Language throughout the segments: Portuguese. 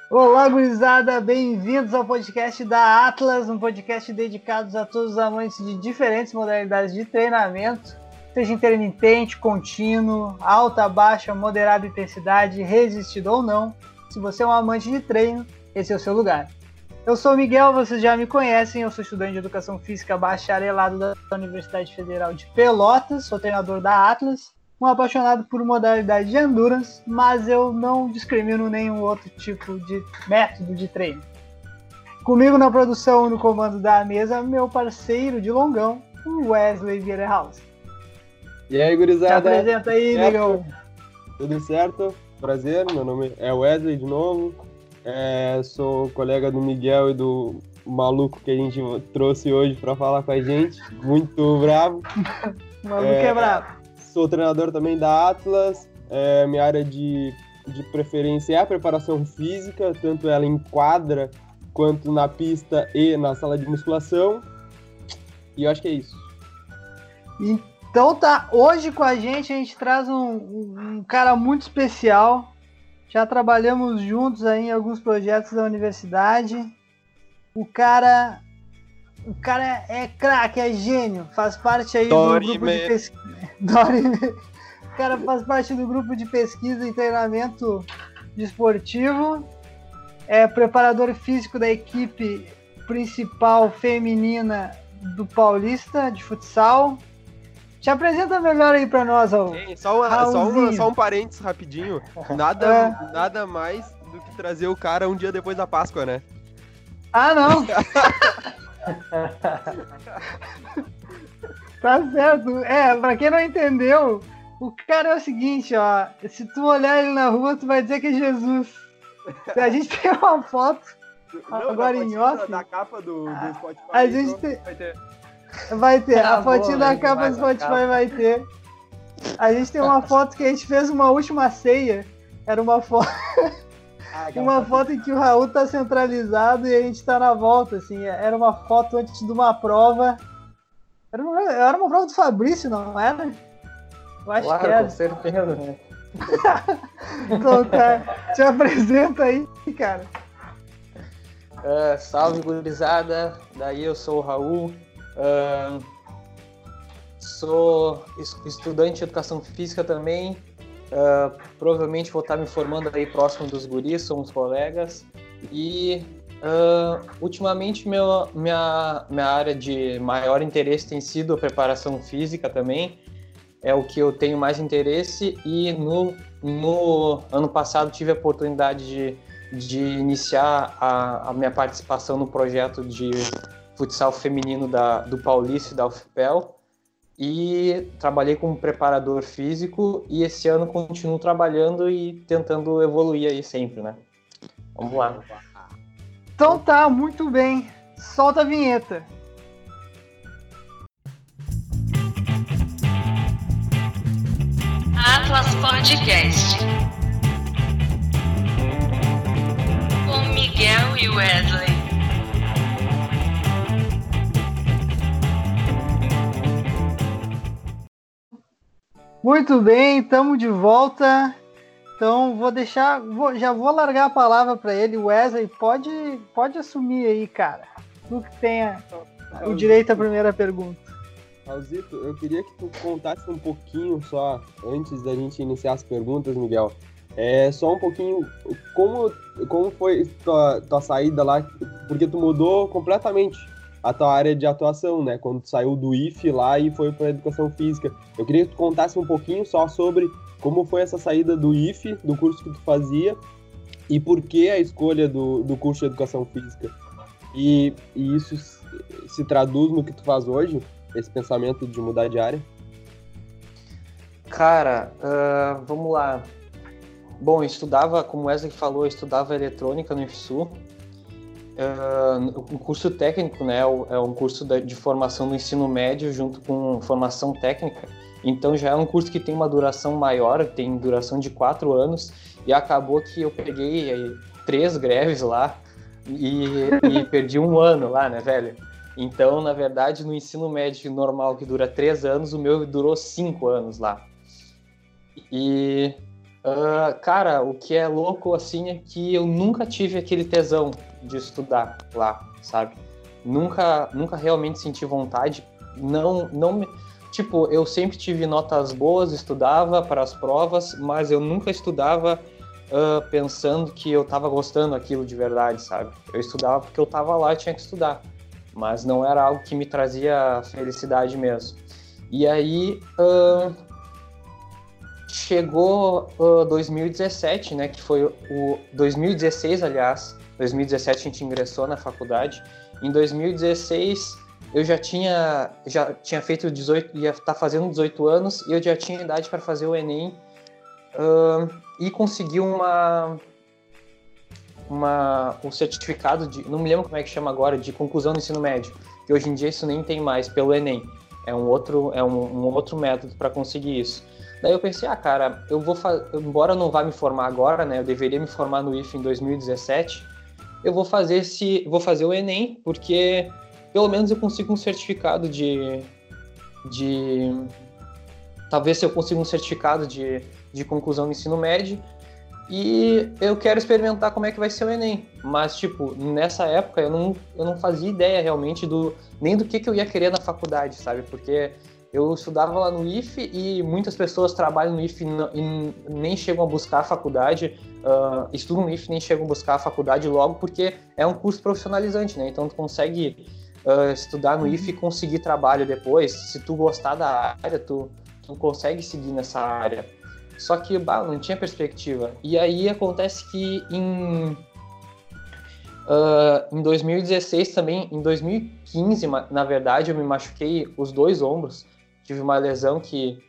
Olá, gurizada, bem-vindos ao podcast da Atlas, um podcast dedicado a todos os amantes de diferentes modalidades de treinamento, seja intermitente, contínuo, alta, baixa, moderada intensidade, resistido ou não. Se você é um amante de treino, esse é o seu lugar. Eu sou o Miguel, vocês já me conhecem, eu sou estudante de Educação Física bacharelado da Universidade Federal de Pelotas, sou treinador da Atlas, um apaixonado por modalidade de endurance, mas eu não discrimino nenhum outro tipo de método de treino. Comigo na produção e no comando da mesa, meu parceiro de longão, o Wesley Vieira House. E aí, gurizada? Se apresenta aí, Miguel. Tudo certo? Prazer, meu nome é Wesley de novo. Sou colega do Miguel e do maluco que a gente trouxe hoje para falar com a gente. Muito bravo. O maluco é bravo. Sou treinador também da Atlas, minha área de preferência é a preparação física, tanto ela em quadra, quanto na pista e na sala de musculação, e eu acho que é isso. Então tá, hoje com a gente traz um cara muito especial, já trabalhamos juntos aí em alguns projetos da universidade, o cara é craque, é gênio, faz parte aí do grupo de pesquisa. O cara faz parte do grupo de pesquisa e treinamento desportivo, é preparador físico da equipe principal feminina do Paulista de futsal. Te apresenta melhor aí pra nós, Raul. Só um parênteses rapidinho. Nada mais do que trazer o cara um dia depois da Páscoa, né? Ah, não! Tá certo. Pra quem não entendeu, o cara é o seguinte, ó. Se tu olhar ele na rua, tu vai dizer que é Jesus. A gente tem uma foto agora em off. Da capa do Spotify. A gente vai ter. A fotinha da capa do Spotify vai ter. A gente tem uma foto que a gente fez uma última ceia. Era uma foto... Uma foto em que o Raul tá centralizado e a gente tá na volta, assim. Era uma foto antes de uma prova. Era uma prova do Fabrício, não era? Eu acho que era. Com certeza, né? Então, tá. Te apresenta aí, cara. Salve, gurizada. Daí eu sou o Raul. Sou estudante de Educação Física também. Provavelmente vou estar me formando aí próximo dos guris, somos colegas. E ultimamente minha área de maior interesse tem sido a preparação física também. É o que eu tenho mais interesse, e no ano passado tive a oportunidade de iniciar a minha participação no projeto de futsal feminino do Paulista e da UFPEL. E trabalhei como preparador físico, e esse ano continuo trabalhando e tentando evoluir aí sempre, né? Vamos lá. Então tá, muito bem. Solta a vinheta. Atlas Podcast. Com Miguel e Wesley. Muito bem, estamos de volta. Então já vou largar a palavra para ele. Wesley, pode assumir aí, cara. Tu que tenha o direito à primeira pergunta. Raulzito, eu queria que tu contasse um pouquinho só, antes da gente iniciar as perguntas, Miguel. Só um pouquinho, como foi tua saída lá, porque tu mudou completamente a tua área de atuação, né? Quando tu saiu do IF lá e foi para Educação Física. Eu queria que tu contasse um pouquinho só sobre como foi essa saída do IF, do curso que tu fazia, e por que a escolha do curso de Educação Física. E isso se traduz no que tu faz hoje, esse pensamento de mudar de área? Cara, vamos lá. Bom, eu estudava, como o Wesley falou, eu estudava eletrônica no IFSU. Um curso técnico, né? É um curso de formação do ensino médio junto com formação técnica. Então já é um curso que tem uma duração maior, tem duração de 4 anos, e acabou que eu peguei 3 greves lá e perdi 1 ano lá, né, velho? Então, na verdade, no ensino médio normal, que dura 3 anos, o meu durou 5 anos lá. E Cara, o que é louco, assim, é que eu nunca tive aquele tesão de estudar lá, sabe? Nunca realmente senti vontade. Não me... Tipo, eu sempre tive notas boas, estudava para as provas, mas eu nunca estudava pensando que eu tava gostando daquilo de verdade, sabe? Eu estudava porque eu tava lá e tinha que estudar, mas não era algo que me trazia felicidade mesmo. E aí... chegou 2017, né, que foi o 2016, aliás. 2017 a gente ingressou na faculdade. Em 2016 eu já tinha feito 18, ia estar fazendo 18 anos e eu já tinha idade para fazer o Enem e consegui um certificado de, não me lembro como é que chama agora, de conclusão do ensino médio, que hoje em dia isso nem tem mais pelo Enem. É um outro método para conseguir isso. Daí eu pensei, cara, eu vou embora eu não vá me formar agora, né? Eu deveria me formar no IF em 2017. Eu vou fazer o Enem, porque pelo menos eu consigo um certificado talvez eu consiga um certificado de conclusão do ensino médio. E eu quero experimentar como é que vai ser o Enem. Mas, tipo, nessa época eu não fazia ideia realmente nem do que eu ia querer na faculdade, sabe? Porque eu estudava lá no IF e muitas pessoas trabalham no IF e nem chegam a buscar a faculdade, estudam no IF e nem chegam a buscar a faculdade logo, porque é um curso profissionalizante, né? Então tu consegue estudar no IF e conseguir trabalho depois. Se tu gostar da área, tu consegue seguir nessa área. Só que, não tinha perspectiva. E aí acontece que em 2016 também, em 2015, na verdade, eu me machuquei os 2 ombros. Tive uma lesão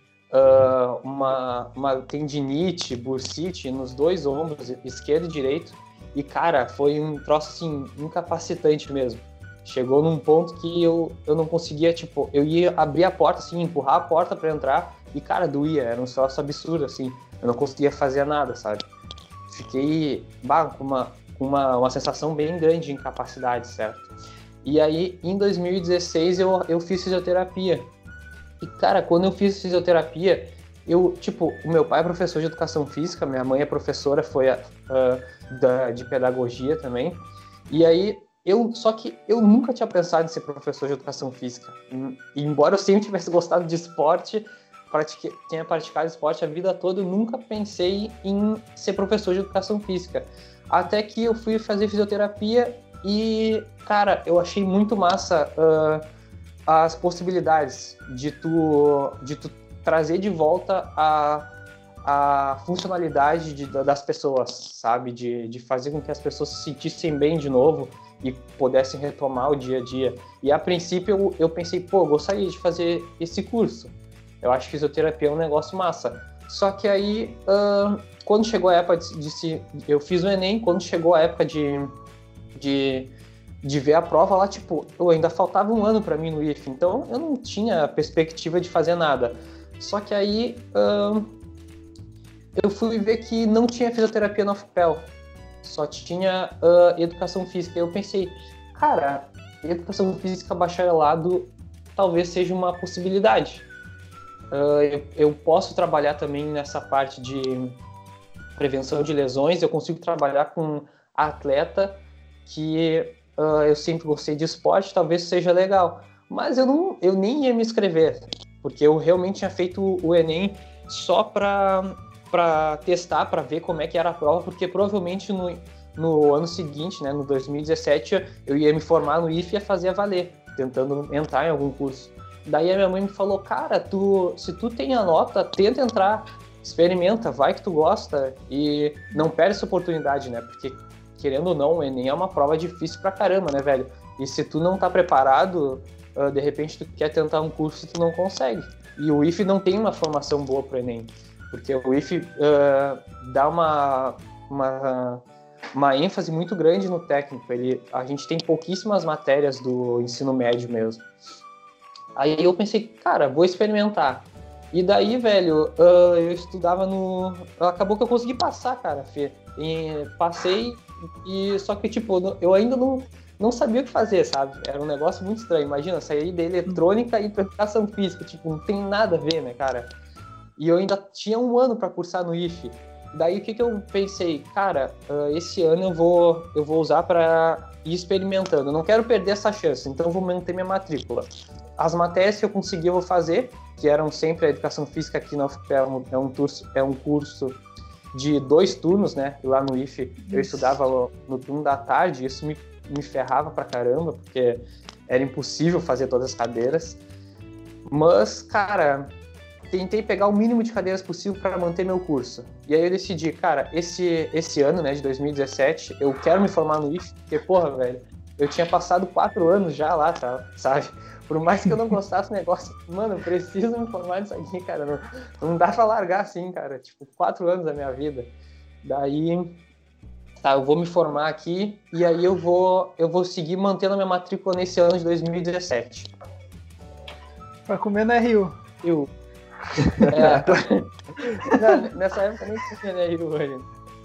uma tendinite, bursite nos 2 ombros, esquerdo e direito. E, cara, foi um troço, assim, incapacitante mesmo. Chegou num ponto que eu não conseguia, tipo, eu ia abrir a porta, assim, empurrar a porta pra entrar e, cara, doía. Era um troço absurdo, assim. Eu não conseguia fazer nada, sabe? Fiquei, com uma sensação bem grande de incapacidade, certo? E aí, em 2016, eu fiz fisioterapia. E, cara, quando eu fiz fisioterapia, o meu pai é professor de educação física, minha mãe é professora, de pedagogia também. E aí, só que eu nunca tinha pensado em ser professor de educação física. E embora eu sempre tivesse gostado de esporte, tinha praticado esporte a vida toda, eu nunca pensei em ser professor de educação física. Até que eu fui fazer fisioterapia e, cara, eu achei muito massa as possibilidades de tu trazer de volta a funcionalidade das pessoas, sabe? De fazer com que as pessoas se sentissem bem de novo e pudessem retomar o dia a dia. E a princípio eu pensei, eu gostaria de fazer esse curso. Eu acho que fisioterapia é um negócio massa. Só que aí, quando chegou a época eu fiz o Enem, quando chegou a época de ver a prova lá, tipo, eu ainda faltava 1 ano para mim no IF, então eu não tinha perspectiva de fazer nada. Só que aí eu fui ver que não tinha fisioterapia na UFPEL, só tinha educação física. Eu pensei, cara, educação física bacharelado talvez seja uma possibilidade. Eu posso trabalhar também nessa parte de prevenção de lesões, eu consigo trabalhar com atleta que eu sempre gostei de esporte, talvez seja legal. Mas eu nem ia me inscrever, porque eu realmente tinha feito o Enem só para testar, para ver como é que era a prova, porque provavelmente no ano seguinte, né, no 2017, eu ia me formar no IF e ia fazer a valer, tentando entrar em algum curso. Daí a minha mãe me falou, cara, se tu tem a nota, tenta entrar, experimenta, vai que tu gosta e não perde essa oportunidade, né? Porque, querendo ou não, o Enem é uma prova difícil pra caramba, né, velho? E se tu não tá preparado, de repente tu quer tentar um curso e tu não consegue. E o IF não tem uma formação boa pro Enem, porque o IF dá uma ênfase muito grande no técnico. A gente tem pouquíssimas matérias do ensino médio mesmo. Aí eu pensei, cara, vou experimentar. E daí, velho, eu estudava acabou que eu consegui passar, cara, Fê. Passei, só que, tipo, eu ainda não sabia o que fazer, sabe? Era um negócio muito estranho. Imagina, sair da eletrônica e ir pra educação física. Tipo, não tem nada a ver, né, cara? E eu ainda tinha 1 ano pra cursar no IF. Daí o que eu pensei? Cara, esse ano eu vou usar para ir experimentando. Eu não quero perder essa chance, então eu vou manter minha matrícula. As matérias que eu consegui eu vou fazer, que eram sempre a educação física aqui na UFPE, é um curso de 2 turnos, né? E lá no IF eu estudava no turno da tarde, isso me ferrava pra caramba, porque era impossível fazer todas as cadeiras. Mas, cara, tentei pegar o mínimo de cadeiras possível para manter meu curso. E aí eu decidi, cara, esse ano, né, de 2017, eu quero me formar no IF, porque, porra, velho, eu tinha passado 4 anos já lá, sabe? Por mais que eu não gostasse do negócio, mano, eu preciso me formar nisso aqui, cara. Não dá pra largar assim, cara. Tipo, 4 anos da minha vida. Daí, tá, eu vou me formar aqui e aí eu vou seguir mantendo a minha matrícula nesse ano de 2017. Pra comer na Rio. Não, nessa época nem tinha na Rio ainda.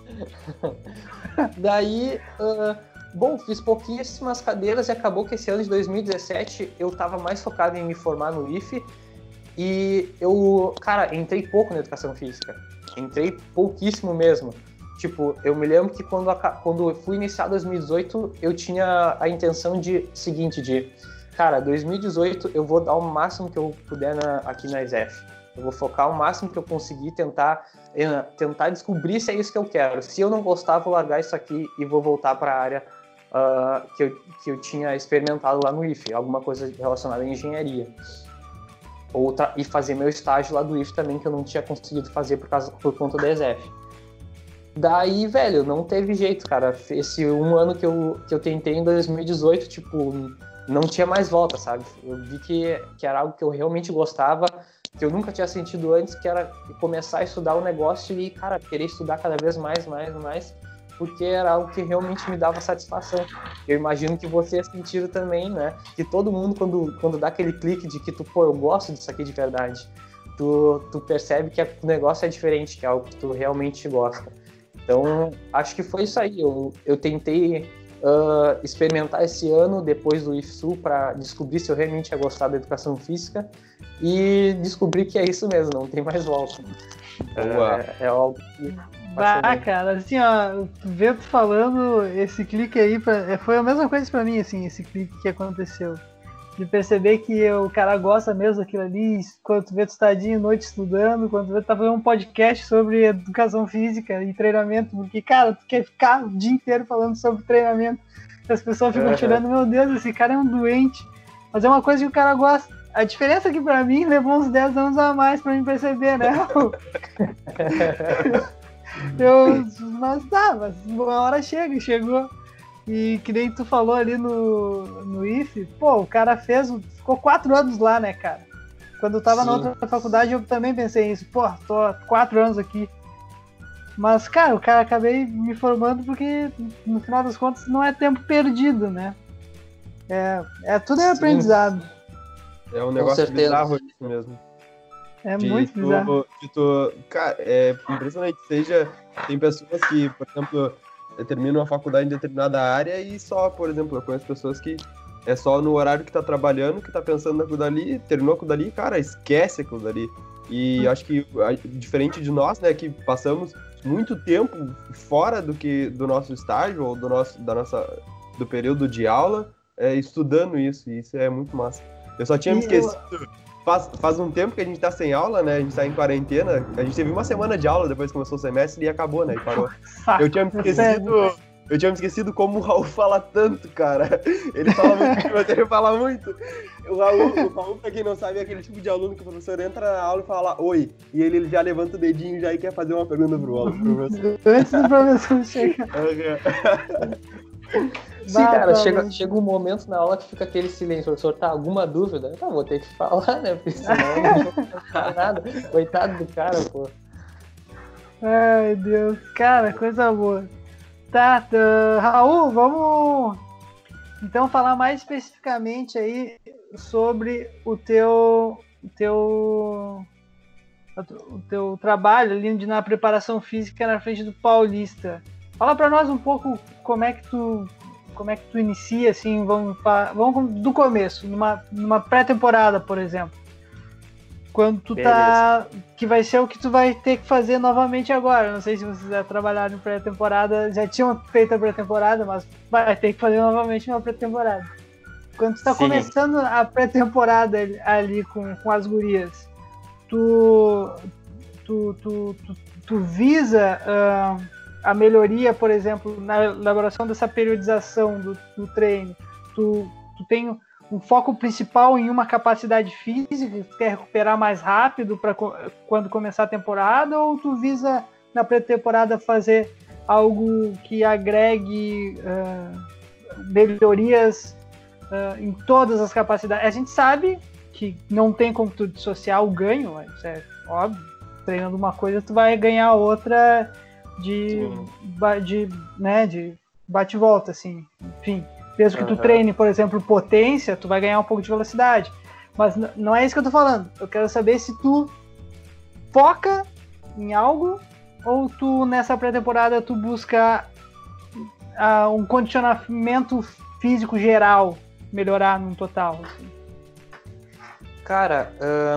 Daí... Bom, fiz pouquíssimas cadeiras e acabou que esse ano de 2017 eu tava mais focado em me formar no IF e eu, cara, entrei pouco na educação física. Entrei pouquíssimo mesmo. Tipo, eu me lembro que quando eu fui iniciar 2018, eu tinha a intenção de, cara, 2018 eu vou dar o máximo que eu puder aqui na ESEF. Eu vou focar o máximo que eu conseguir, tentar descobrir se é isso que eu quero. Se eu não gostar, vou largar isso aqui e vou voltar para a área que eu tinha experimentado lá no IF, alguma coisa relacionada à engenharia. E fazer meu estágio lá do IF também, que eu não tinha conseguido fazer por conta da ESEF. Daí, velho, não teve jeito, cara. Esse um ano que eu tentei em 2018, tipo, não tinha mais volta, sabe? Eu vi que era algo que eu realmente gostava, que eu nunca tinha sentido antes, que era começar a estudar o negócio e, cara, querer estudar cada vez mais, porque era algo que realmente me dava satisfação. Eu imagino que vocês sentiram também, né? Que todo mundo, quando dá aquele clique de que eu gosto disso aqui de verdade, tu percebe que o negócio é diferente, que é algo que tu realmente gosta. Então, acho que foi isso aí. Eu tentei experimentar esse ano, depois do IFSU, para descobrir se eu realmente ia gostar da educação física e descobri que é isso mesmo, não tem mais volta. É algo que... cara, assim, ó, vendo tu falando, esse clique aí, foi a mesma coisa pra mim, assim, esse clique que aconteceu. De perceber que o cara gosta mesmo daquilo ali, quando tu vê tu tá dia e noite estudando, quando tu vê tu tá fazendo um podcast sobre educação física e treinamento, porque, cara, tu quer ficar o dia inteiro falando sobre treinamento, as pessoas ficam tirando, meu Deus, esse cara é um doente, mas é uma coisa que o cara gosta. A diferença é que pra mim levou uns 10 anos a mais pra me perceber, né? Mas uma hora chegou. E que nem tu falou ali no IF, pô, o cara ficou 4 anos lá, né, cara? Quando eu tava na outra faculdade, eu também pensei nisso, pô, tô há 4 anos aqui. Mas, cara, acabei me formando porque, no final das contas, não é tempo perdido, né? Tudo é aprendizado. É um negócio bizarro isso mesmo. É muito bizarro. Cara, é impressionante. Tem pessoas que, por exemplo, terminam a faculdade em determinada área e só, por exemplo, eu conheço pessoas que é só no horário que tá trabalhando, que tá pensando naquilo dali, terminou aquilo dali, cara, esquece aquilo dali. E acho que, diferente de nós, né, que passamos muito tempo fora do nosso estágio ou do período de aula, estudando isso, e isso é muito massa. Eu só tinha me esquecido. Faz um tempo que a gente tá sem aula, né? A gente tá em quarentena. A gente teve uma semana de aula depois que começou o semestre e acabou, né? E parou. Eu tinha me esquecido como o Raul fala tanto, cara. Ele fala muito, mas ele fala muito. O Raul, pra quem não sabe, é aquele tipo de aluno que o professor entra na aula e fala oi. E ele já levanta o dedinho já e quer fazer uma pergunta pro professor. Antes do professor chegar. Sim, cara, chega um momento na aula que fica aquele silêncio. O professor, tá, alguma dúvida? Tá, vou ter que falar, né? Porque senão não vou falar nada. Coitado do cara, pô. Ai, Deus. Cara, coisa boa. Tá, Raul, vamos então falar mais especificamente aí sobre o teu trabalho ali na preparação física na frente do Paulista. Fala pra nós um pouco como é que tu inicia, assim, vamos do começo, numa pré-temporada, por exemplo. quando tu tá... Que vai ser o que tu vai ter que fazer novamente agora. Não sei se vocês já trabalharam em pré-temporada, já tinham feito a pré-temporada, mas vai ter que fazer novamente uma pré-temporada. Quando tu tá começando a pré-temporada ali com as gurias, tu visa a melhoria, por exemplo, na elaboração dessa periodização do treino. Tu tem um foco principal em uma capacidade física que tu quer recuperar mais rápido para quando começar a temporada, ou tu visa na pré-temporada fazer algo que agregue melhorias em todas as capacidades? A gente sabe que não tem como tu dissociar o ganho, isso é óbvio. Treinando uma coisa, tu vai ganhar outra de bate e volta, assim. Enfim, desde que tu treine, por exemplo, potência, tu vai ganhar um pouco de velocidade. Mas não é isso que eu tô falando. Eu quero saber se tu foca em algo ou tu, nessa pré-temporada, tu busca um condicionamento físico geral, melhorar no total. Assim. Cara,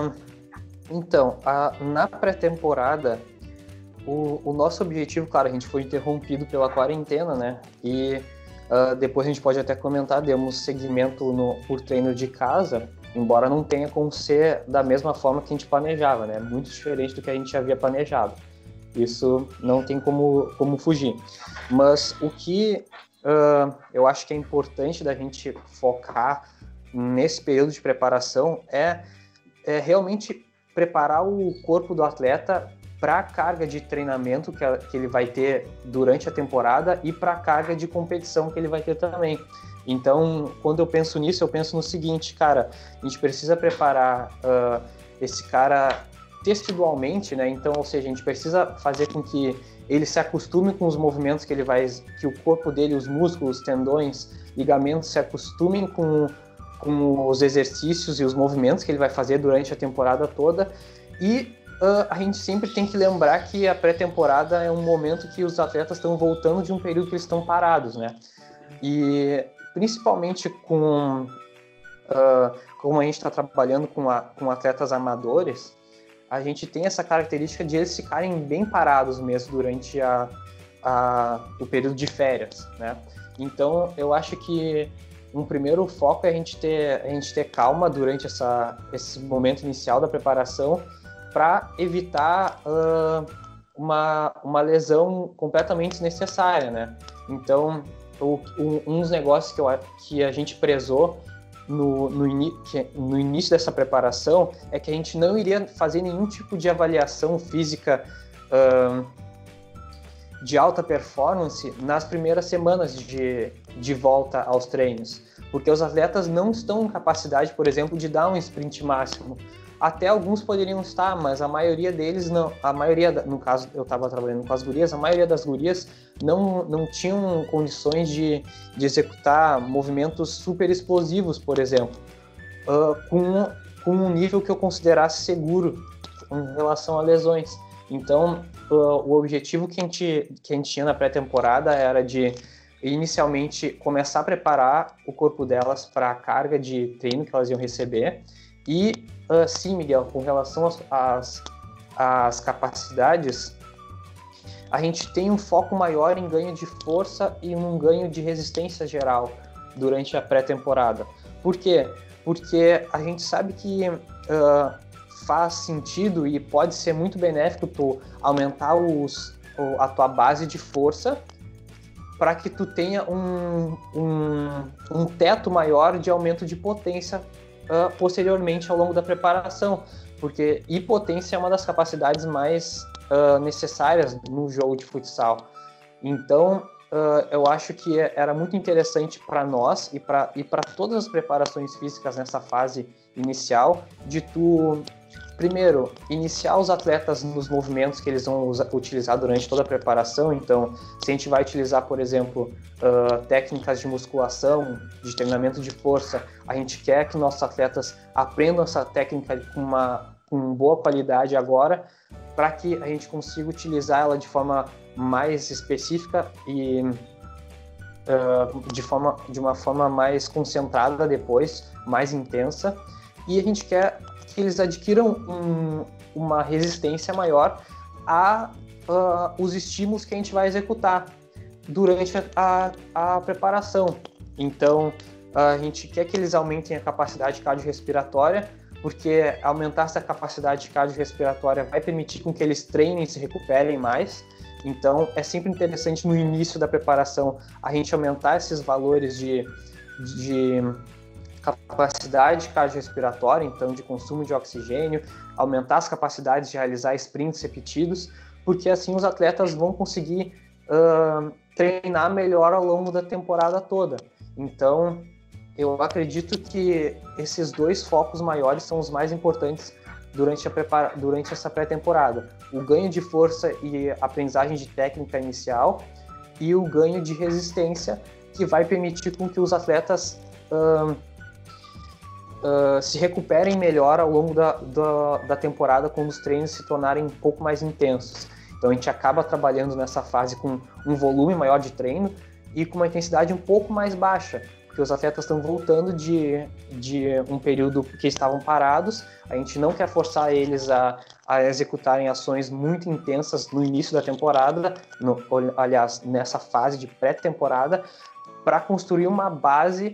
então, na pré-temporada, o nosso objetivo, claro, a gente foi interrompido pela quarentena, né? E depois a gente pode até comentar, demos seguimento por treino de casa, embora não tenha como ser da mesma forma que a gente planejava, né? Muito diferente do que a gente havia planejado. Isso não tem como fugir. Mas o que eu acho que é importante da gente focar nesse período de preparação é realmente preparar o corpo do atleta para a carga de treinamento que ele vai ter durante a temporada e para a carga de competição que ele vai ter também. Então, quando eu penso nisso, eu penso no seguinte, cara, a gente precisa preparar esse cara tecidualmente, né? Então, ou seja, a gente precisa fazer com que ele se acostume com os movimentos que o corpo dele, os músculos, tendões, ligamentos se acostumem com os exercícios e os movimentos que ele vai fazer durante a temporada toda. E a gente sempre tem que lembrar que a pré-temporada é um momento que os atletas estão voltando de um período que eles estão parados, né? E principalmente como a gente está trabalhando com atletas amadores, a gente tem essa característica de eles ficarem bem parados mesmo durante o período de férias, né? Então, eu acho que um primeiro foco é a gente ter calma durante esse momento inicial da preparação para evitar uma lesão completamente desnecessária, né? Então, um dos negócios que a gente prezou no início dessa preparação é que a gente não iria fazer nenhum tipo de avaliação física de alta performance nas primeiras semanas de volta aos treinos, porque os atletas não estão em capacidade, por exemplo, de dar um sprint máximo. Até alguns poderiam estar, mas a maioria deles não. No caso, eu estava trabalhando com as gurias, a maioria das gurias não tinham condições de executar movimentos super explosivos, por exemplo, com um nível que eu considerasse seguro em relação a lesões. Então, o objetivo que a gente tinha na pré-temporada era de, inicialmente, começar a preparar o corpo delas para a carga de treino que elas iam receber. E, sim, Miguel, com relação às capacidades, a gente tem um foco maior em ganho de força e um ganho de resistência geral durante a pré-temporada. Por quê? Porque a gente sabe que faz sentido e pode ser muito benéfico tu aumentar a tua base de força para que tu tenha um teto maior de aumento de potência posteriormente ao longo da preparação, porque potência é uma das capacidades mais necessárias no jogo de futsal. Então, eu acho que era muito interessante para nós e para todas as preparações físicas nessa fase inicial, de tu, primeiro, iniciar os atletas nos movimentos que eles vão utilizar durante toda a preparação. Então, se a gente vai utilizar, por exemplo, técnicas de musculação, de treinamento de força, a gente quer que nossos atletas aprendam essa técnica com boa qualidade agora, para que a gente consiga utilizar ela de forma mais específica e de uma forma mais concentrada depois, mais intensa. E a gente quer que eles adquiram uma resistência maior a os estímulos que a gente vai executar durante a preparação. Então, a gente quer que eles aumentem a capacidade cardiorrespiratória, porque aumentar essa capacidade cardiorrespiratória vai permitir com que eles treinem e se recuperem mais. Então, é sempre interessante no início da preparação a gente aumentar esses valores de capacidade cardiorrespiratória, então de consumo de oxigênio, aumentar as capacidades de realizar sprints repetidos, porque assim os atletas vão conseguir treinar melhor ao longo da temporada toda. Então, eu acredito que esses dois focos maiores são os mais importantes durante essa pré-temporada. O ganho de força e aprendizagem de técnica inicial e o ganho de resistência, que vai permitir com que os atletas se recuperem melhor ao longo da temporada, quando os treinos se tornarem um pouco mais intensos. Então a gente acaba trabalhando nessa fase com um volume maior de treino e com uma intensidade um pouco mais baixa, porque os atletas estão voltando de um período que estavam parados. A gente não quer forçar eles a executarem ações muito intensas no início da temporada, aliás, nessa fase de pré-temporada, para construir uma base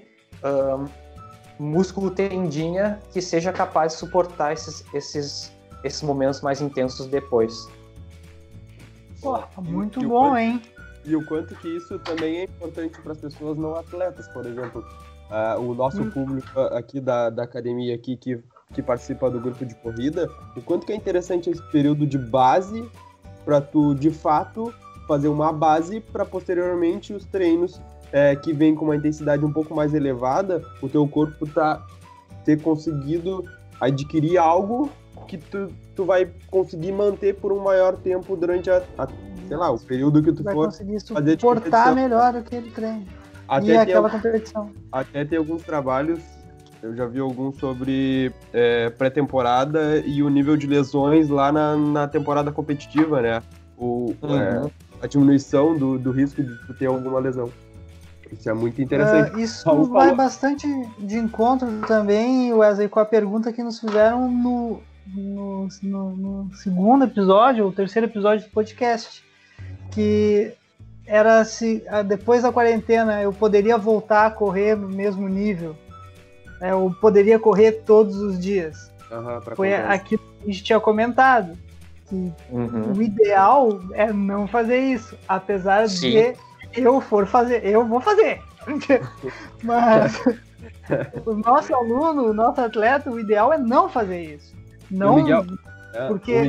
músculo-tendinha que seja capaz de suportar esses momentos mais intensos depois. Pô, muito bom, hein? E o quanto que isso também é importante para as pessoas não atletas, por exemplo. O nosso público aqui da academia aqui que participa do grupo de corrida, o quanto que é interessante esse período de base para tu, de fato, fazer uma base para posteriormente os treinos que vêm com uma intensidade um pouco mais elevada, o teu corpo ter conseguido adquirir algo que tu vai conseguir manter por um maior tempo durante sei lá, o período que tu vai for conseguir fazer suportar melhor aquele treino e aquela competição. Até tem alguns trabalhos, eu já vi alguns sobre pré-temporada e o nível de lesões lá na temporada competitiva, né? A diminuição do risco de tu ter alguma lesão. Isso é muito interessante. Isso vai bastante de encontro também, Wesley, com a pergunta que nos fizeram no segundo episódio, ou terceiro episódio do podcast, que era se depois da quarentena eu poderia voltar a correr no mesmo nível, eu poderia correr todos os dias. Foi aquilo que a gente tinha comentado, que o ideal é não fazer isso, apesar de eu vou fazer. Mas o nosso aluno, o nosso atleta, o ideal é não fazer isso. Não, porque...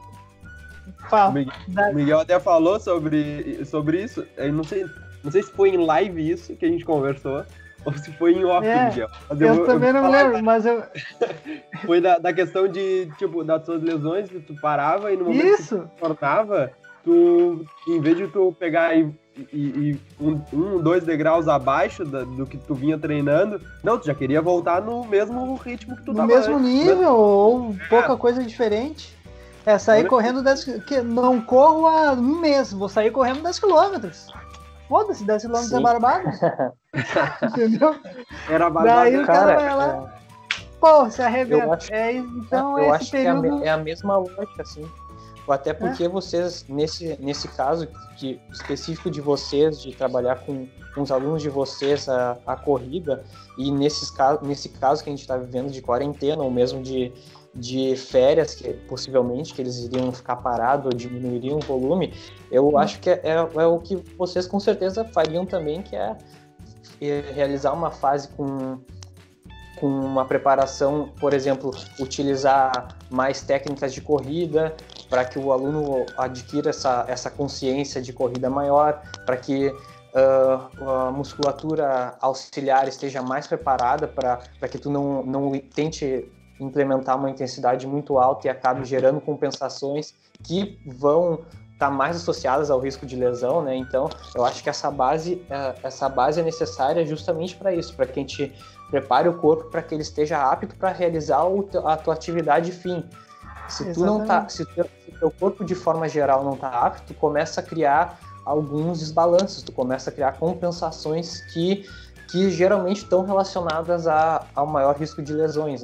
O Miguel até falou sobre isso. Eu não sei se foi em live isso que a gente conversou, ou se foi em off, Miguel. Mas eu também não lembro, mas eu... Foi da questão de, tipo, das suas lesões, que tu parava e no momento que tu cortava, tu, em vez de tu pegar e 2 degraus abaixo do que tu vinha treinando, não, tu já queria voltar no mesmo ritmo que tu tava antes. No mesmo nível, ou pouca coisa diferente. Sair correndo 10 km. Não corro há um mês, vou sair correndo 10 km. Foda-se, 10 km é barbada. Entendeu? Era barbada. Daí o cara vai lá, pô, se arrebenta. Eu acho período... que é a mesma lógica, assim. Até porque vocês, nesse caso específico de vocês, de trabalhar com os alunos de vocês a corrida, e nesse caso que a gente está vivendo de quarentena, ou mesmo de férias, que possivelmente que eles iriam ficar parados ou diminuiriam o volume, eu acho que é o que vocês com certeza fariam também, que é realizar uma fase com uma preparação, por exemplo, utilizar mais técnicas de corrida, para que o aluno adquira essa consciência de corrida maior, para que a musculatura auxiliar esteja mais preparada, para que tu não tente implementar uma intensidade muito alta e acabe gerando compensações que vão estar mais associadas ao risco de lesão, né? Então, eu acho que essa base é necessária justamente para isso, para que a gente prepare o corpo para que ele esteja apto para realizar a tua atividade fim. Se tu não tá, se o teu corpo de forma geral não está apto, tu começa a criar alguns desbalanços, tu começa a criar compensações que geralmente estão relacionadas ao maior risco de lesões, né?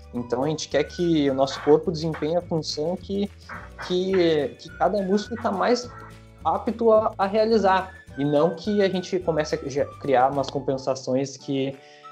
Então a gente quer que o nosso corpo desempenhe a função que cada músculo está mais apto a realizar, e não que a gente comece a criar umas compensações que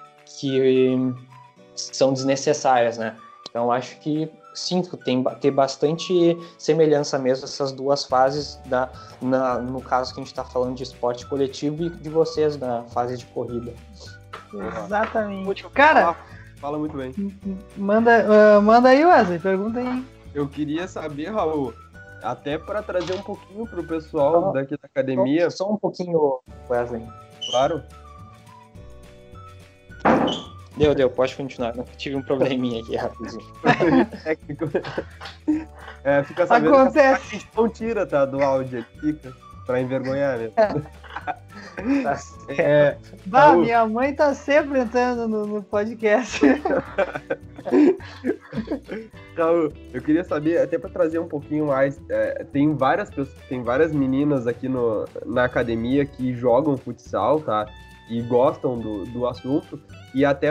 são desnecessárias, né? Então acho que sim, tem bastante semelhança mesmo essas duas fases no caso que a gente está falando de esporte coletivo e de vocês na fase de corrida. Exatamente. Cara, fala muito bem. Manda aí, Wesley, pergunta aí. Eu queria saber, Raul, até para trazer um pouquinho pro pessoal daqui da academia. Só um pouquinho, Wesley. Claro. Deu, pode continuar. Eu tive um probleminha aqui rapidinho. Técnico. Fica sabendo Acontece. Que a gente não tira, tá, do áudio aqui, fica pra envergonhar mesmo. Bah, minha mãe tá sempre entrando no podcast. Raul, eu queria saber, até para trazer um pouquinho mais, tem várias meninas aqui na academia que jogam futsal, tá? E gostam do assunto, e até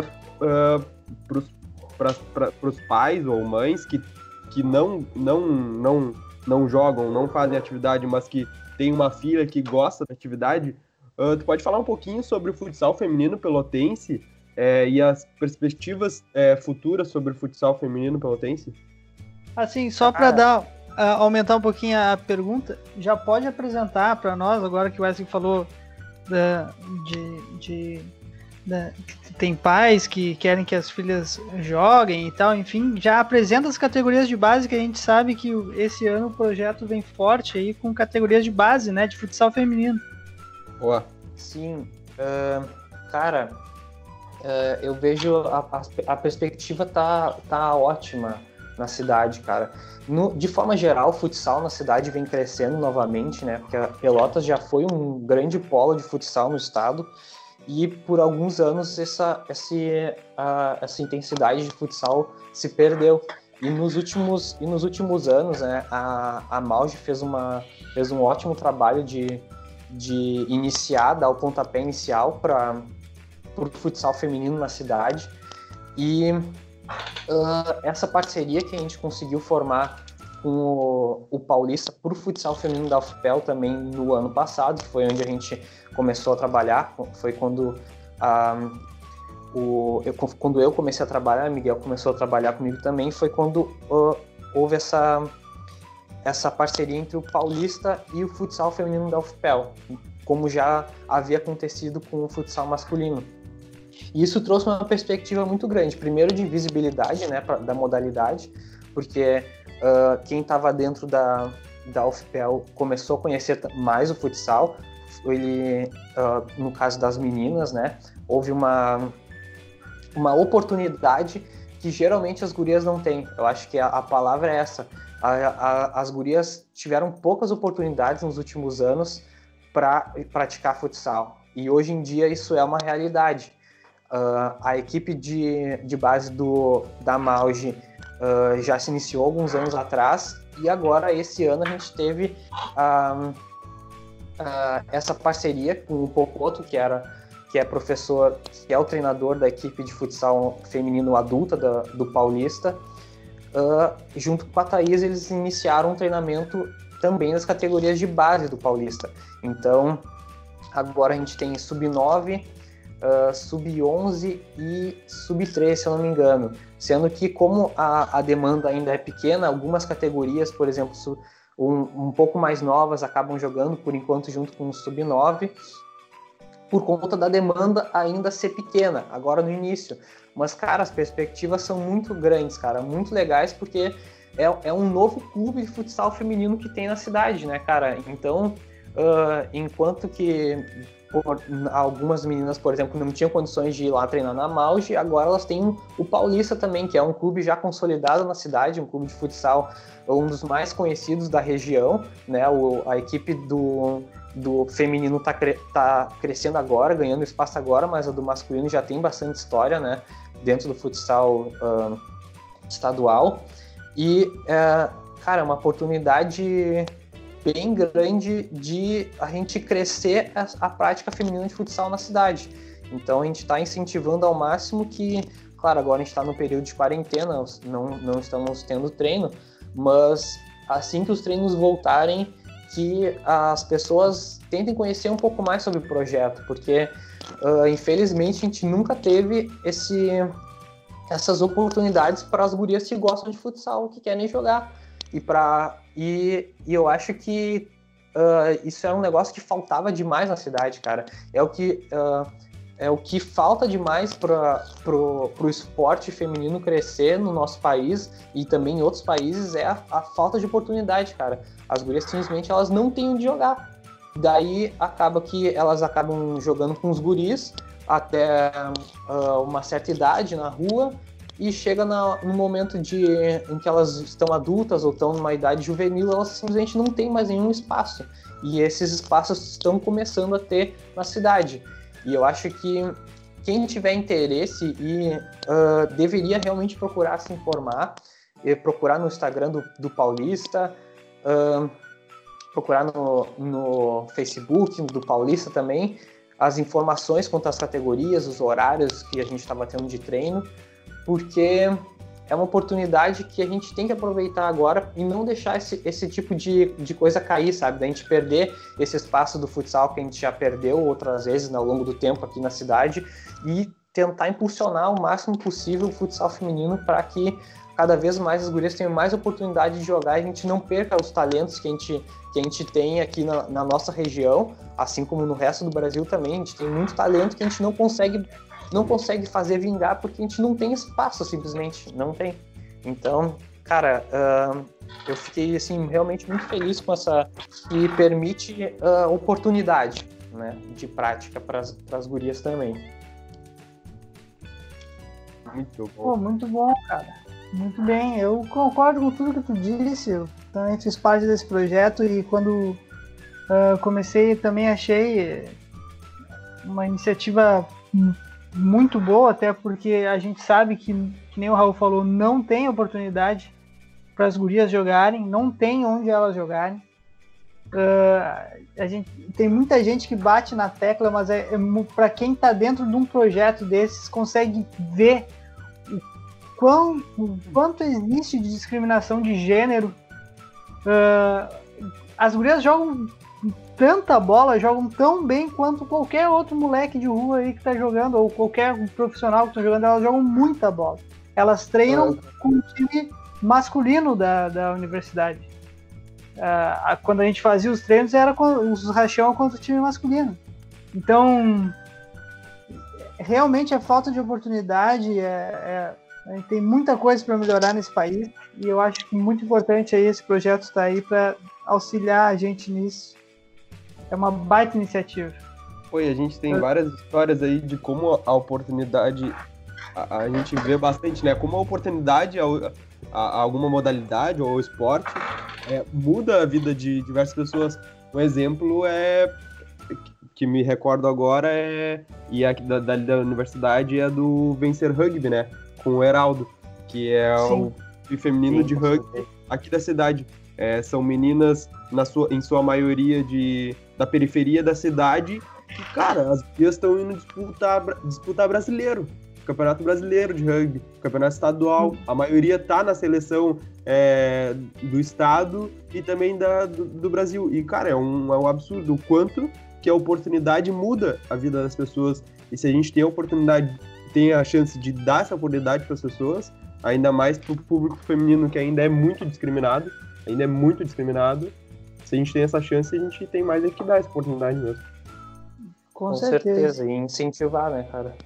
pros pais ou mães que não jogam, não fazem atividade, mas que tem uma filha que gosta da atividade. Tu pode falar um pouquinho sobre o futsal feminino pelotense e as perspectivas futuras sobre o futsal feminino pelotense? Assim, só para aumentar um pouquinho a pergunta, já pode apresentar para nós, agora que o Wesley falou tem pais que querem que as filhas joguem e tal, enfim, já apresenta as categorias de base, que a gente sabe que esse ano o projeto vem forte aí com categorias de base, né, de futsal feminino. Boa. Sim, cara, eu vejo a perspectiva tá ótima na cidade, cara. De forma geral, o futsal na cidade vem crescendo novamente, né? Porque a Pelotas já foi um grande polo de futsal no estado e por alguns anos essa intensidade de futsal se perdeu. E nos últimos anos, né, a Mauge fez um ótimo trabalho de dar o pontapé inicial para o futsal feminino na cidade. E essa parceria que a gente conseguiu formar com o Paulista para o futsal feminino da UFPEL também no ano passado, que foi onde a gente começou a trabalhar, foi quando quando eu comecei a trabalhar, Miguel começou a trabalhar comigo também, foi quando houve essa parceria entre o Paulista e o futsal feminino da UFPEL, como já havia acontecido com o futsal masculino. E isso trouxe uma perspectiva muito grande, primeiro de visibilidade, né, da modalidade, porque quem estava dentro da UFPEL começou a conhecer mais o futsal. No caso das meninas, né, houve uma oportunidade que geralmente as gurias não têm. Eu acho que a palavra é essa. As gurias tiveram poucas oportunidades nos últimos anos para praticar futsal. E hoje em dia isso é uma realidade. A equipe de base da Mauge já se iniciou alguns anos atrás, e agora, esse ano, a gente teve essa parceria com o Popoto, que é professor, que é o treinador da equipe de futsal feminino adulta do Paulista. Junto com a Thaís, eles iniciaram um treinamento também nas categorias de base do Paulista. Então, agora a gente tem sub-9, sub-11 e sub-13, se eu não me engano. Sendo que, como a demanda ainda é pequena, algumas categorias, por exemplo, um pouco mais novas, acabam jogando, por enquanto, junto com o sub-9, por conta da demanda ainda ser pequena, agora no início. Mas, cara, as perspectivas são muito grandes, cara, muito legais, porque é um novo clube de futsal feminino que tem na cidade, né, cara? Então, enquanto que algumas meninas, por exemplo, não tinham condições de ir lá treinar na Mauge, agora elas têm o Paulista também, que é um clube já consolidado na cidade, um clube de futsal, um dos mais conhecidos da região, né? A equipe do feminino tá crescendo agora, ganhando espaço agora, mas a do masculino já tem bastante história, né? Dentro do futsal estadual. E, cara, é uma oportunidade bem grande de a gente crescer a prática feminina de futsal na cidade. Então a gente está incentivando ao máximo que Claro, agora a gente está no período de quarentena, não estamos tendo treino, mas assim que os treinos voltarem, que as pessoas tentem conhecer um pouco mais sobre o projeto, porque infelizmente a gente nunca teve essas oportunidades para as gurias que gostam de futsal, que querem jogar. E eu acho que isso é um negócio que faltava demais na cidade, cara. É o que falta demais para o esporte feminino crescer no nosso país e também em outros países, é a falta de oportunidade, cara. As gurias simplesmente elas não têm onde jogar. Daí acaba que elas acabam jogando com os guris até uma certa idade na rua, e chega no momento em que elas estão adultas ou estão numa idade juvenil, elas simplesmente não têm mais nenhum espaço. E esses espaços estão começando a ter na cidade. E eu acho que quem tiver interesse deveria realmente procurar se informar, procurar no Instagram do Paulista, procurar no Facebook do Paulista também, as informações quanto às categorias, os horários que a gente estava tendo de treino, porque é uma oportunidade que a gente tem que aproveitar agora e não deixar esse tipo de coisa cair, sabe? Da gente perder esse espaço do futsal que a gente já perdeu outras vezes ao longo do tempo aqui na cidade, e tentar impulsionar o máximo possível o futsal feminino para que cada vez mais as gurias tenham mais oportunidade de jogar e a gente não perca os talentos que a gente tem aqui na nossa região, assim como no resto do Brasil também. A gente tem muito talento que a gente não consegue fazer vingar porque a gente não tem espaço, simplesmente, não tem. Então, cara, eu fiquei, assim, realmente muito feliz com essa, que permite oportunidade, né, de prática para as gurias também. Muito bom. Pô, muito bom, cara. Muito bem, eu concordo com tudo que tu disse, eu também fiz parte desse projeto e quando comecei também achei uma iniciativa muito boa, até porque a gente sabe que nem o Raul falou, não tem oportunidade para as gurias jogarem, não tem onde elas jogarem. Tem muita gente que bate na tecla, mas para quem está dentro de um projeto desses, consegue ver o quanto existe de discriminação de gênero. As gurias jogam tanta bola, jogam tão bem quanto qualquer outro moleque de rua aí que tá jogando, ou qualquer profissional que tá jogando. Elas jogam muita bola. Elas treinam com o time masculino da universidade. Quando a gente fazia os treinos, era os rachão contra o time masculino. Então, realmente é falta de oportunidade, a gente tem muita coisa para melhorar nesse país, e eu acho que muito importante aí esse projeto estar aí para auxiliar a gente nisso. É uma baita iniciativa. Oi, a gente tem várias histórias aí de como a oportunidade, a gente vê bastante, né? Como a oportunidade a alguma modalidade ou esporte muda a vida de diversas pessoas. Um exemplo que me recordo agora e aqui da universidade é do Vencer Rugby, né? Com o Heraldo, que é o time feminino de rugby aqui da cidade. São meninas, em sua maioria, da periferia da cidade. E, cara, as gurias estão indo disputar brasileiro. Campeonato brasileiro de rugby, campeonato estadual. A maioria tá na seleção do estado e também do Brasil. E, cara, é um absurdo o quanto que a oportunidade muda a vida das pessoas. E se a gente tem a oportunidade, tem a chance de dar essa oportunidade para as pessoas, ainda mais para o público feminino, que ainda é muito discriminado. Se a gente tem essa chance, a gente tem mais que dar essa oportunidade mesmo. Com certeza. E incentivar, né, cara?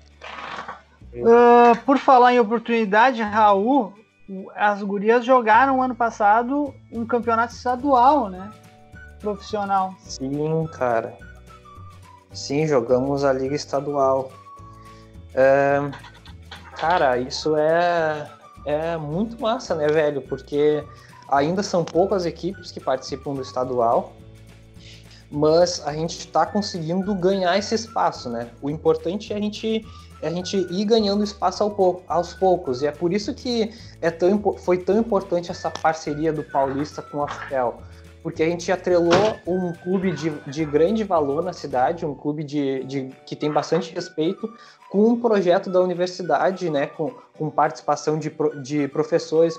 Por falar em oportunidade, Raul, as gurias jogaram ano passado um campeonato estadual, né? Profissional. Sim, cara. Sim, jogamos a Liga Estadual. Cara, isso é muito massa, né, velho? Porque ainda são poucas equipes que participam do estadual, mas a gente está conseguindo ganhar esse espaço, né? O importante é a gente ir ganhando espaço aos poucos, e é por isso que foi tão importante essa parceria do Paulista com a FEL, porque a gente atrelou um clube de grande valor na cidade, um clube que tem bastante respeito, com um projeto da universidade, né, com participação de professores,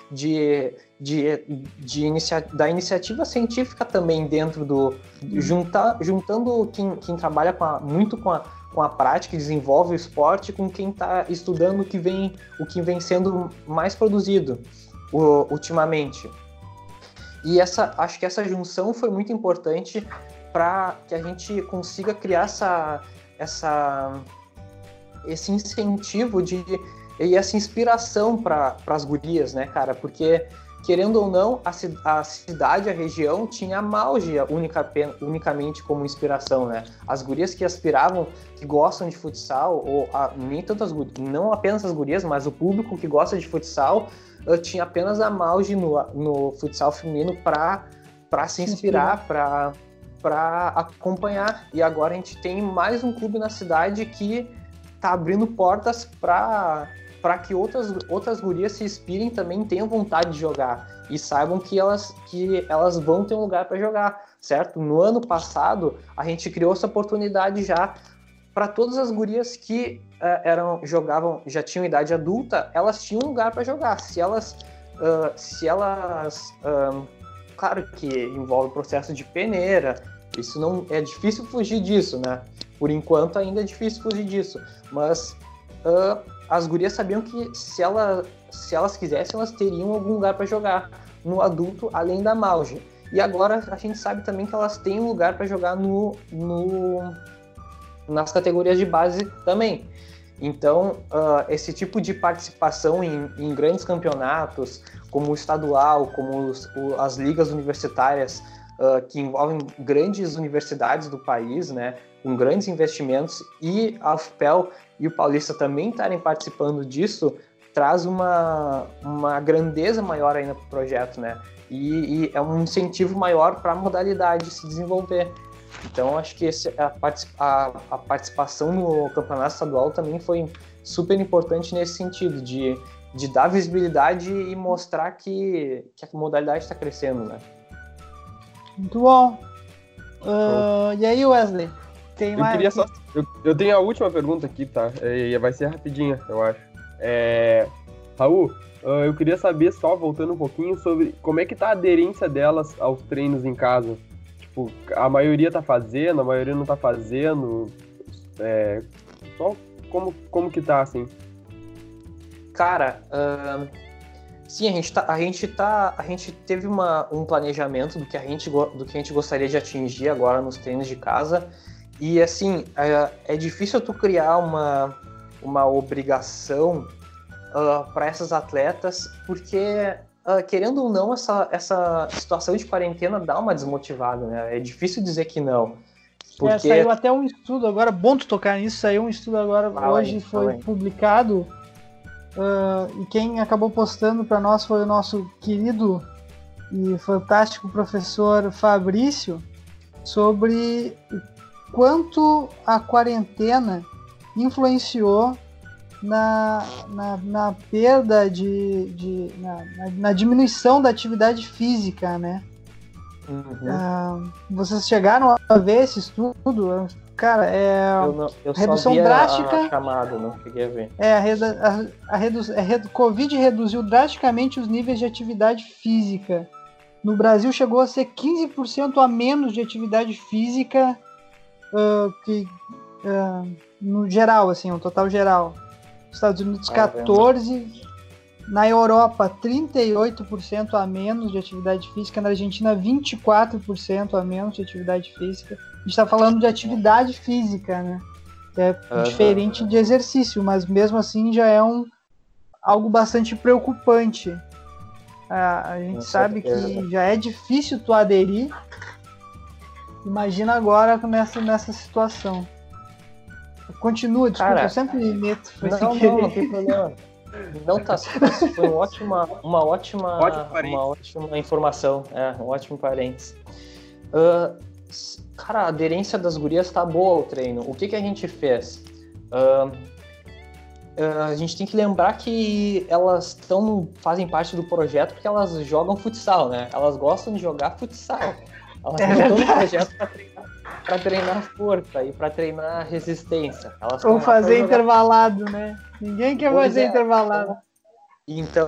da iniciativa científica também dentro juntando quem trabalha muito com a prática, desenvolve o esporte, com quem está estudando o que vem sendo mais produzido ultimamente. E acho que essa junção foi muito importante para que a gente consiga criar esse incentivo e essa inspiração para as gurias, né, cara? Porque, querendo ou não, a cidade, a região, tinha a Malge unicamente como inspiração, né? As gurias que aspiravam, que gostam de futsal, nem tanto não apenas as gurias, mas o público que gosta de futsal, tinha apenas a Malge no futsal feminino para se inspirar, para acompanhar. E agora a gente tem mais um clube na cidade que está abrindo portas para que outras gurias se inspirem também, tenham vontade de jogar e saibam que elas vão ter um lugar para jogar, certo? No ano passado, a gente criou essa oportunidade já para todas as gurias que já tinham idade adulta, elas tinham um lugar para jogar. Se elas claro que envolve o processo de peneira, isso não é difícil fugir disso, né? Por enquanto ainda é difícil fugir disso, mas as gurias sabiam que se elas quisessem, elas teriam algum lugar para jogar no adulto, além da Malge. E agora a gente sabe também que elas têm um lugar para jogar nas categorias de base também. Então, esse tipo de participação em grandes campeonatos, como o estadual, como as ligas universitárias, que envolvem grandes universidades do país, né, com grandes investimentos, e a UFPEL e o Paulista também estarem participando disso, traz uma grandeza maior ainda para o projeto, né? E é um incentivo maior para a modalidade se desenvolver. Então, acho que a participação no campeonato estadual também foi super importante nesse sentido, de dar visibilidade e mostrar que a modalidade está crescendo, né? Muito bom. E aí, Wesley? Tem mais? Eu tenho a última pergunta aqui, tá? E vai ser rapidinha, eu acho. Raul, eu queria saber, só voltando um pouquinho, sobre como é que tá a aderência delas aos treinos em casa. Tipo, a maioria tá fazendo, a maioria não tá fazendo. Só como que tá, assim? Cara, sim, a gente teve um planejamento do que a gente gostaria de atingir agora nos treinos de casa. E, assim, é difícil tu criar uma obrigação para essas atletas, porque, querendo ou não, essa situação de quarentena dá uma desmotivada, né? É difícil dizer que não. Porque... saiu até um estudo agora, bom tu tocar nisso, saiu um estudo agora, hoje foi publicado, e quem acabou postando para nós foi o nosso querido e fantástico professor Fabrício, sobre quanto a quarentena influenciou na perda na diminuição da atividade física, né? Uhum. Vocês chegaram a ver esse estudo? Cara, eu redução só vi drástica. A chamada, não cheguei a ver. Covid reduziu drasticamente os níveis de atividade física. No Brasil chegou a ser 15% a menos de atividade física no geral, assim, o total geral. Nos Estados Unidos 14%, na Europa 38% a menos de atividade física, na Argentina 24% a menos de atividade física. A gente está falando de atividade física, né? É diferente de exercício, mas mesmo assim já é algo bastante preocupante. A gente sabe que já é difícil tu aderir. Imagina agora nessa situação. Continua, desculpa, eu sempre me meto. Não tem problema. Não tá, foi uma ótima informação, um ótimo parênteses. Cara, a aderência das gurias tá boa ao treino. O que a gente fez? a gente tem que lembrar que elas fazem parte do projeto porque elas jogam futsal, né? Elas gostam de jogar futsal. Elas estão no projeto para treinar força e para treinar resistência. Ou fazer intervalado, né? Ninguém quer fazer intervalado. Então,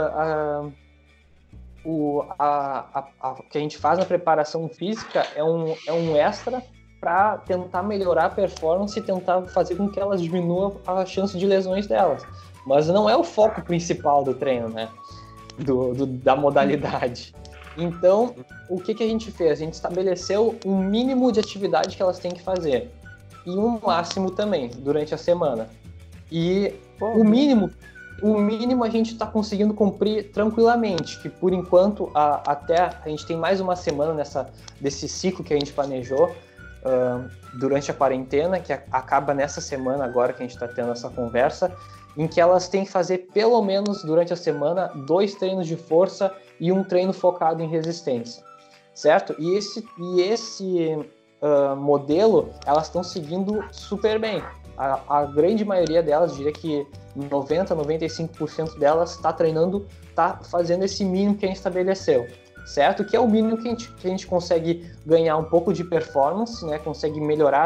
o que a gente faz na preparação física é um extra para tentar melhorar a performance e tentar fazer com que elas diminuam a chance de lesões delas. Mas não é o foco principal do treino, né? Da modalidade. Então, o que a gente fez? A gente estabeleceu um mínimo de atividade que elas têm que fazer e um máximo também durante a semana. E o mínimo a gente está conseguindo cumprir tranquilamente, que por enquanto até a gente tem mais uma semana desse ciclo que a gente planejou durante a quarentena, que acaba nessa semana agora que a gente está tendo essa conversa, em que elas têm que fazer pelo menos durante a semana 2 treinos de força e um treino focado em resistência, certo? E esse modelo elas estão seguindo super bem. A grande maioria delas, diria que 90-95% delas está treinando, está fazendo esse mínimo que a gente estabeleceu, certo? Que é o mínimo que a gente consegue ganhar um pouco de performance, né? Consegue melhorar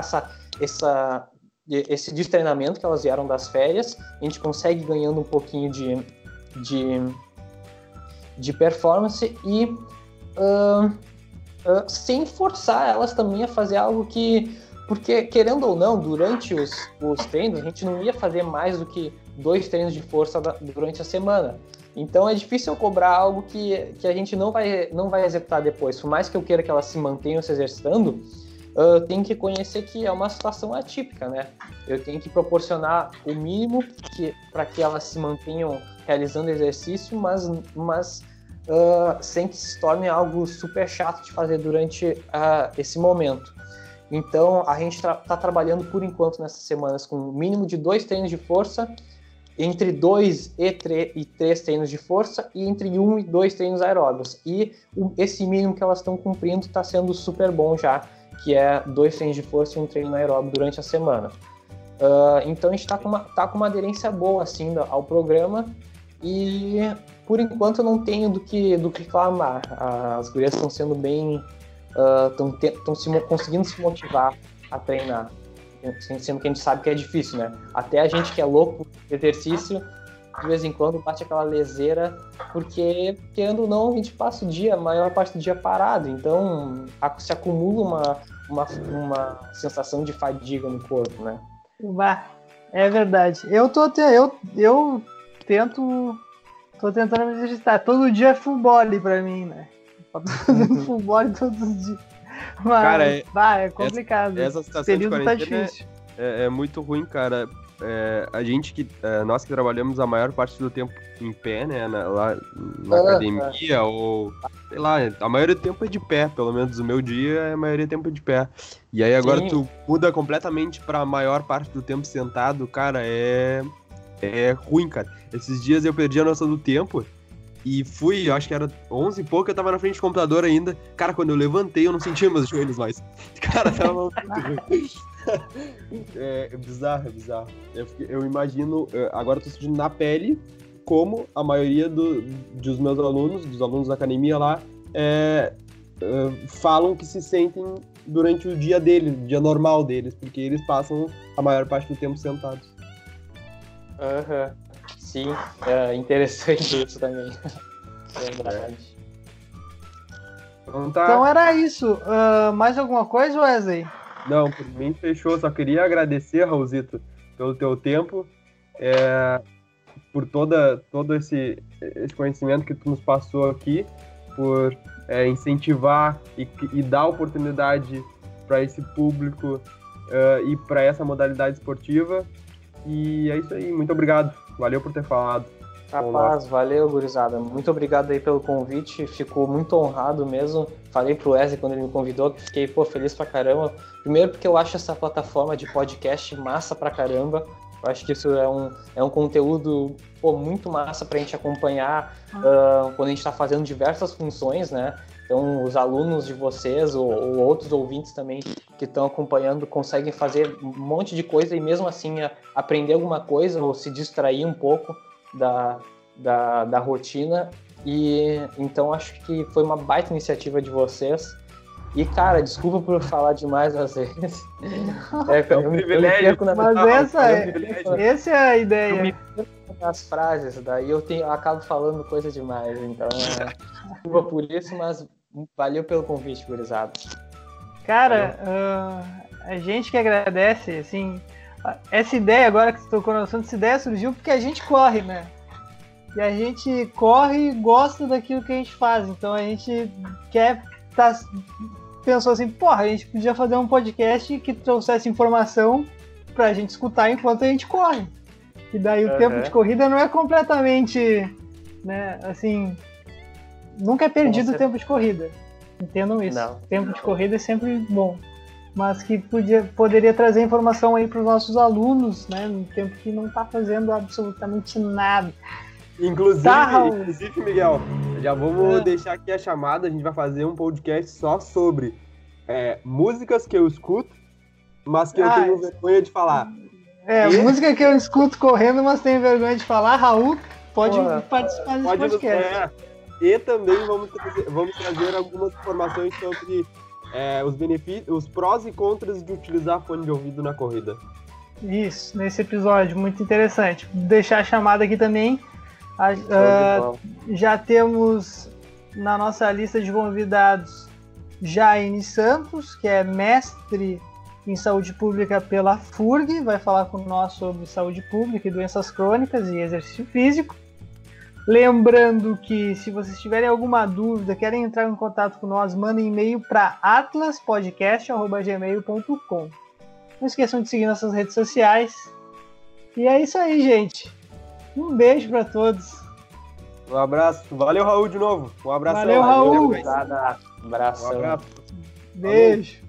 esse destreinamento que elas vieram das férias, a gente consegue ganhando um pouquinho de performance e sem forçar elas também a fazer algo porque, querendo ou não, durante os treinos, a gente não ia fazer mais do que 2 treinos de força durante a semana. Então é difícil eu cobrar algo que a gente não vai executar depois. Por mais que eu queira que elas se mantenham se exercitando, eu tenho que conhecer que é uma situação atípica, né? Eu tenho que proporcionar o mínimo para que elas se mantenham realizando exercício, mas sem que se torne algo super chato de fazer durante esse momento. Então, a gente está trabalhando, por enquanto, nessas semanas, com um mínimo de 2 treinos de força, entre 2 e 3 treinos de força, e entre 1 e 2 treinos aeróbicos. E esse mínimo que elas estão cumprindo está sendo super bom já, que é 2 treinos de força e um treino aeróbico durante a semana. Então, a gente está com uma aderência boa, assim, ao programa, e, por enquanto, eu não tenho do que reclamar. As gurias estão sendo bem... estão conseguindo se motivar a treinar, sendo que a gente sabe que é difícil, né? Até a gente que é louco de exercício, de vez em quando bate aquela leseira, porque, querendo ou não, a gente passa a maior parte do dia parado, então se acumula uma sensação de fadiga no corpo, né? É verdade. Eu tentando me exercitar. Todo dia é full body pra mim, né? Tô fazendo full body todos os dias. Mas, cara, é complicado. Essa situação de quarentena é muito ruim, cara. Nós que trabalhamos a maior parte do tempo em pé, né? Lá na academia, ou sei lá, a maioria do tempo é de pé. Pelo menos o meu dia, a maioria do tempo é de pé. E aí agora tu muda completamente pra maior parte do tempo sentado, cara, é ruim, cara. Esses dias eu perdi a noção do tempo. E fui, eu acho que era 11 e pouco, eu tava na frente do computador ainda. Cara, quando eu levantei, eu não sentia meus joelhos mais. Cara, tava muito ruim. É bizarro. Eu imagino, agora eu tô sentindo na pele como a maioria dos meus alunos, dos alunos da academia lá, falam que se sentem durante o dia deles, o dia normal deles, porque eles passam a maior parte do tempo sentados. Sim, é interessante isso também. Verdade. Então era isso. Mais alguma coisa, Wesley? Não, por mim fechou. Só queria agradecer, Raulzito, pelo teu tempo, por todo esse conhecimento que tu nos passou aqui, por incentivar e dar oportunidade para esse público e para essa modalidade esportiva. E é isso aí. Muito obrigado. Valeu por ter falado. Rapaz, valeu, gurizada. Muito obrigado aí pelo convite. Fico muito honrado mesmo. Falei pro Wesley quando ele me convidou que fiquei, feliz pra caramba. Primeiro porque eu acho essa plataforma de podcast massa pra caramba. Eu acho que isso é um conteúdo muito massa pra gente acompanhar quando a gente tá fazendo diversas funções, né? Então, os alunos de vocês ou outros ouvintes também que estão acompanhando conseguem fazer um monte de coisa e mesmo assim aprender alguma coisa ou se distrair um pouco da rotina. E então acho que foi uma baita iniciativa de vocês. E, cara, desculpa por falar demais às vezes. É um privilégio. Mas essa é a ideia. Eu me perco nas frases, daí eu acabo falando coisa demais. Então, desculpa por isso, mas valeu pelo convite, gurizada. Cara, a gente que agradece, assim, essa ideia agora que você tocou no assunto, essa ideia surgiu porque a gente corre, né? E a gente corre e gosta daquilo que a gente faz, então a gente pensou assim, porra, a gente podia fazer um podcast que trouxesse informação pra gente escutar enquanto a gente corre. E daí o tempo de corrida não é completamente, né, assim, nunca é perdido o tempo de corrida. Entendam isso. Não. O tempo de corrida é sempre bom. Mas que poderia trazer informação aí para os nossos alunos, né, no tempo que não tá fazendo absolutamente nada. Inclusive, Miguel, já vamos deixar aqui a chamada, a gente vai fazer um podcast só sobre músicas que eu escuto, mas que eu tenho vergonha de falar. Música que eu escuto correndo, mas tenho vergonha de falar. Raul, pode participar desse podcast. E também vamos trazer algumas informações sobre os benefícios, os prós e contras de utilizar fone de ouvido na corrida. Isso, nesse episódio, muito interessante. Vou deixar a chamada aqui também. Já temos na nossa lista de convidados Jaine Santos, que é mestre em saúde pública pela FURG, vai falar com nós sobre saúde pública e doenças crônicas e exercício físico. Lembrando que se vocês tiverem alguma dúvida, querem entrar em contato com nós, mandem e-mail para atlaspodcast@gmail.com. Não esqueçam de seguir nossas redes sociais. E é isso aí, gente. Um beijo para todos. Um abraço. Valeu, Raul, de novo. Um abraço. Valeu, Raul. Um abraço. Um abraço. Beijo.